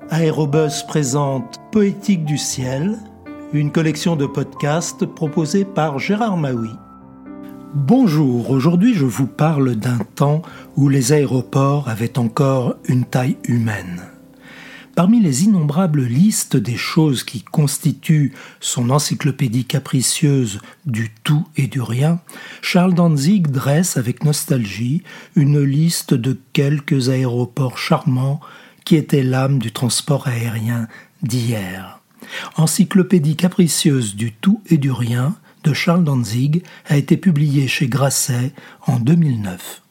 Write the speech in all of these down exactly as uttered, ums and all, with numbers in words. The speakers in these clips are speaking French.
Aérobuzz présente Poétique du ciel, une collection de podcasts proposée par Gérard Maui. Bonjour, aujourd'hui je vous parle d'un temps où les aéroports avaient encore une taille humaine. Parmi les innombrables listes des choses qui constituent son encyclopédie capricieuse du tout et du rien, Charles Dantzig dresse avec nostalgie une liste de quelques aéroports charmants qui étaient l'âme du transport aérien d'hier. Encyclopédie capricieuse du tout et du rien de Charles Dantzig a été publiée chez Grasset en deux mille neuf.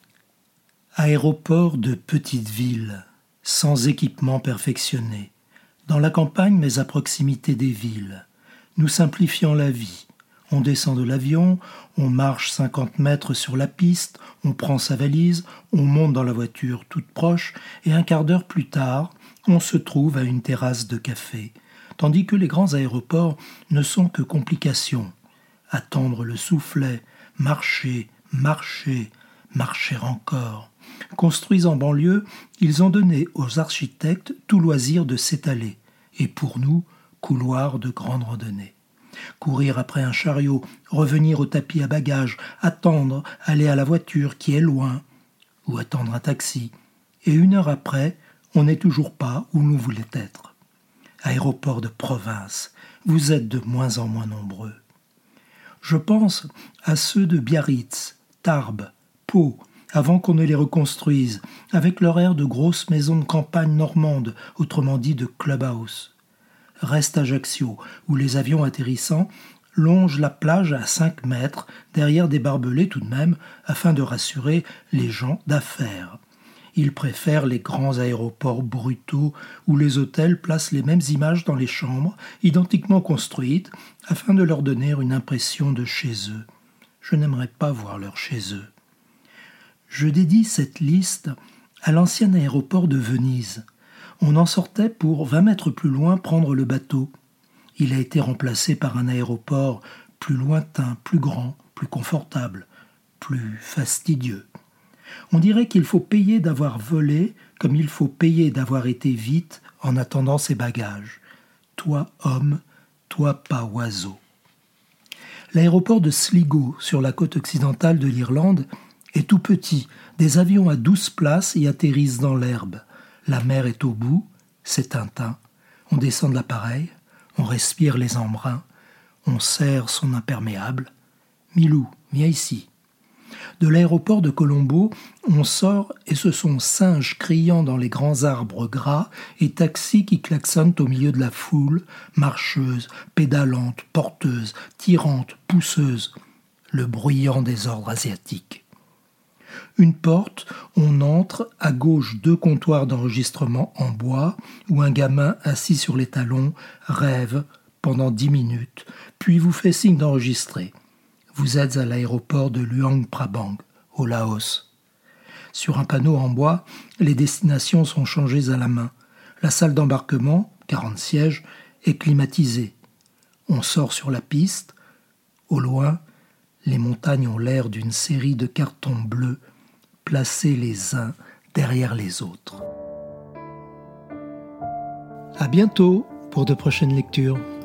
Aéroport de petite ville, sans équipement perfectionné, dans la campagne mais à proximité des villes. Nous simplifions la vie. On descend de l'avion, on marche cinquante mètres sur la piste, on prend sa valise, on monte dans la voiture toute proche et un quart d'heure plus tard, on se trouve à une terrasse de café. Tandis que les grands aéroports ne sont que complications. Attendre le soufflet, marcher, marcher, marcher encore. Construits en banlieue, ils ont donné aux architectes tout loisir de s'étaler. Et pour nous, couloir de grande randonnée. Courir après un chariot, revenir au tapis à bagages, attendre, aller à la voiture qui est loin, ou attendre un taxi. Et une heure après, on n'est toujours pas où l'on voulait être. Aéroport de province, vous êtes de moins en moins nombreux. Je pense à ceux de Biarritz, Tarbes, Pau, avant qu'on ne les reconstruise, avec leur air de grosses maisons de campagne normandes, autrement dit de clubhouse. Reste Ajaccio, où les avions atterrissant longent la plage à cinq mètres, derrière des barbelés tout de même, afin de rassurer les gens d'affaires. Ils préfèrent les grands aéroports brutaux, où les hôtels placent les mêmes images dans les chambres, identiquement construites, afin de leur donner une impression de chez eux. Je n'aimerais pas voir leur chez eux. Je dédie cette liste à l'ancien aéroport de Venise. On en sortait pour vingt mètres plus loin prendre le bateau. Il a été remplacé par un aéroport plus lointain, plus grand, plus confortable, plus fastidieux. On dirait qu'il faut payer d'avoir volé comme il faut payer d'avoir été vite en attendant ses bagages. Toi homme, toi pas oiseau. L'aéroport de Sligo, sur la côte occidentale de l'Irlande, est tout petit. Des avions à douze places y atterrissent dans l'herbe. La mer est au bout, c'est Tintin. On descend de l'appareil, on respire les embruns, on serre son imperméable. Milou, viens ici. De l'aéroport de Colombo, on sort et ce sont singes criant dans les grands arbres gras et taxis qui klaxonnent au milieu de la foule, marcheuses, pédalantes, porteuses, tirantes, pousseuses, le bruyant désordre asiatique. Une porte, on entre, à gauche deux comptoirs d'enregistrement en bois, où un gamin assis sur les talons rêve pendant dix minutes, puis vous fait signe d'enregistrer. Vous êtes à l'aéroport de Luang Prabang, au Laos. Sur un panneau en bois, les destinations sont changées à la main. La salle d'embarquement, quarante sièges, est climatisée. On sort sur la piste. Au loin, les montagnes ont l'air d'une série de cartons bleus placés les uns derrière les autres. À bientôt pour de prochaines lectures.